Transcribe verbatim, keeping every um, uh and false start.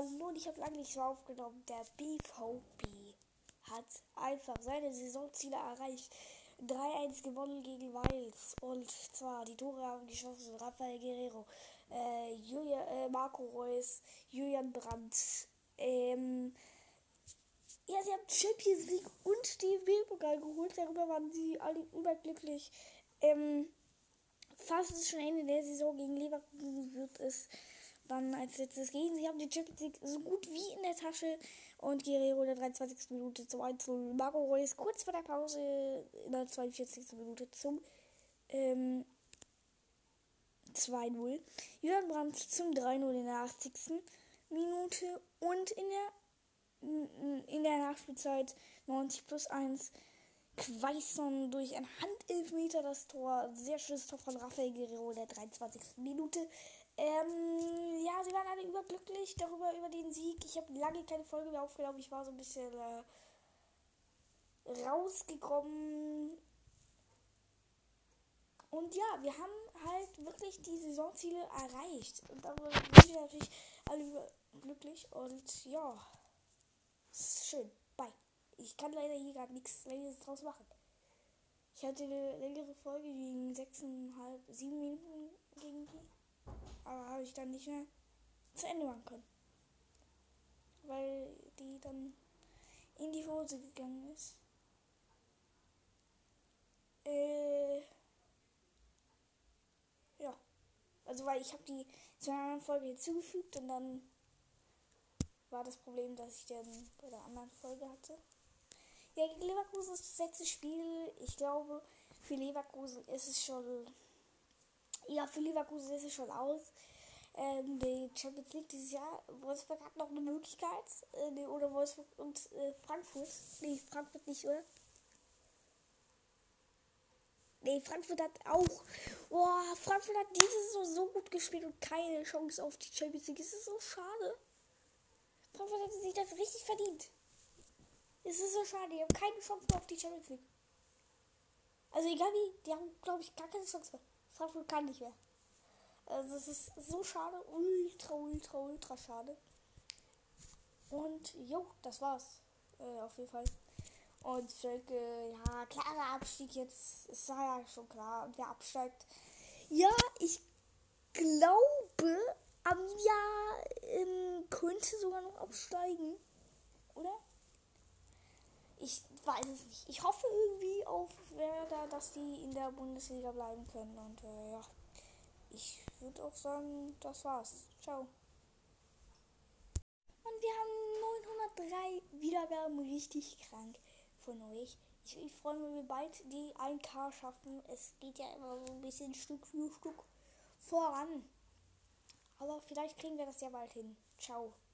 Hallo, und ich habe lange nicht mehr aufgenommen. Der B V B hat einfach seine Saisonziele erreicht. drei eins gewonnen gegen Wales. Und zwar die Tore haben geschossen Rafael Guerrero, äh, Julia, äh, Marco Reus, Julian Brandt. Ähm, ja, sie haben Champions League und D F B-Pokal geholt. Darüber waren sie alle überglücklich. Ähm, fast ist schon Ende der Saison. Gegen Leverkusen wird es dann als letztes gehen. Sie haben die Champions League so gut wie in der Tasche. Und Guerrero in der dreiundzwanzigsten Minute zum eins zu null. Marco Reus kurz vor der Pause in der zweiundvierzigsten Minute zum ähm, zwei null. Jürgen Brandt zum drei null in der achtzigsten Minute. Und in der in der Nachspielzeit neunzig plus eins Quaison durch einen Handelfmeter das Tor. Sehr schönes Tor von Rafael Guerrero in der dreiundzwanzigsten Minute. Ähm, ja, sie waren alle überglücklich darüber, über den Sieg. Ich habe lange keine Folge mehr aufgenommen. Ich war so ein bisschen äh, rausgekommen. Und ja, wir haben halt wirklich die Saisonziele erreicht. Und darüber sind wir natürlich alle glücklich. Und ja, ist schön. Bye. Ich kann leider hier gerade nichts Längeres draus machen. Ich hatte eine längere Folge, die ging sechseinhalb, sieben Minuten gegen die. Aber habe ich dann nicht mehr zu Ende machen können. Weil die dann in die Hose gegangen ist. Äh. Ja. Also weil ich habe die zu einer anderen Folge hinzugefügt und dann war das Problem, dass ich dann bei der anderen Folge hatte. Ja, gegen Leverkusen ist das letzte Spiel. Ich glaube, für Leverkusen ist es schon. Ja, für Leverkusen ist es schon aus. Ähm, die Champions League dieses Jahr. Wolfsburg hat noch eine Möglichkeit. Äh, nee, oder Wolfsburg und äh, Frankfurt. Nee, Frankfurt nicht, oder? Nee, Frankfurt hat auch. Boah, Frankfurt hat dieses Saison so gut gespielt und keine Chance auf die Champions League. Es ist so schade. Frankfurt hätte sich das richtig verdient. Es ist so schade, die haben keine Chance mehr auf die Champions League. Also egal wie, die haben, glaube ich, gar keine Chance mehr. Frankfurt kann nicht mehr. Also es ist so schade, ultra, ultra, ultra schade. Und jo, das war's. Äh, auf jeden Fall. Und Schalke, ja, klarer Abstieg jetzt. Es war ja schon klar, wer absteigt. Ja, ich glaube, am Jahr ähm, könnte sogar noch absteigen. Oder? Ich weiß es nicht. Ich hoffe irgendwie auf Werder, dass die in der Bundesliga bleiben können. Und äh, ja, ich würde auch sagen, das war's. Ciao. Und wir haben neunhundertdrei Wiedergaben, richtig krank von euch. Ich, ich freue mich, wenn wir bald die ein K schaffen. Es geht ja immer so ein bisschen Stück für Stück voran. Aber vielleicht kriegen wir das ja bald hin. Ciao.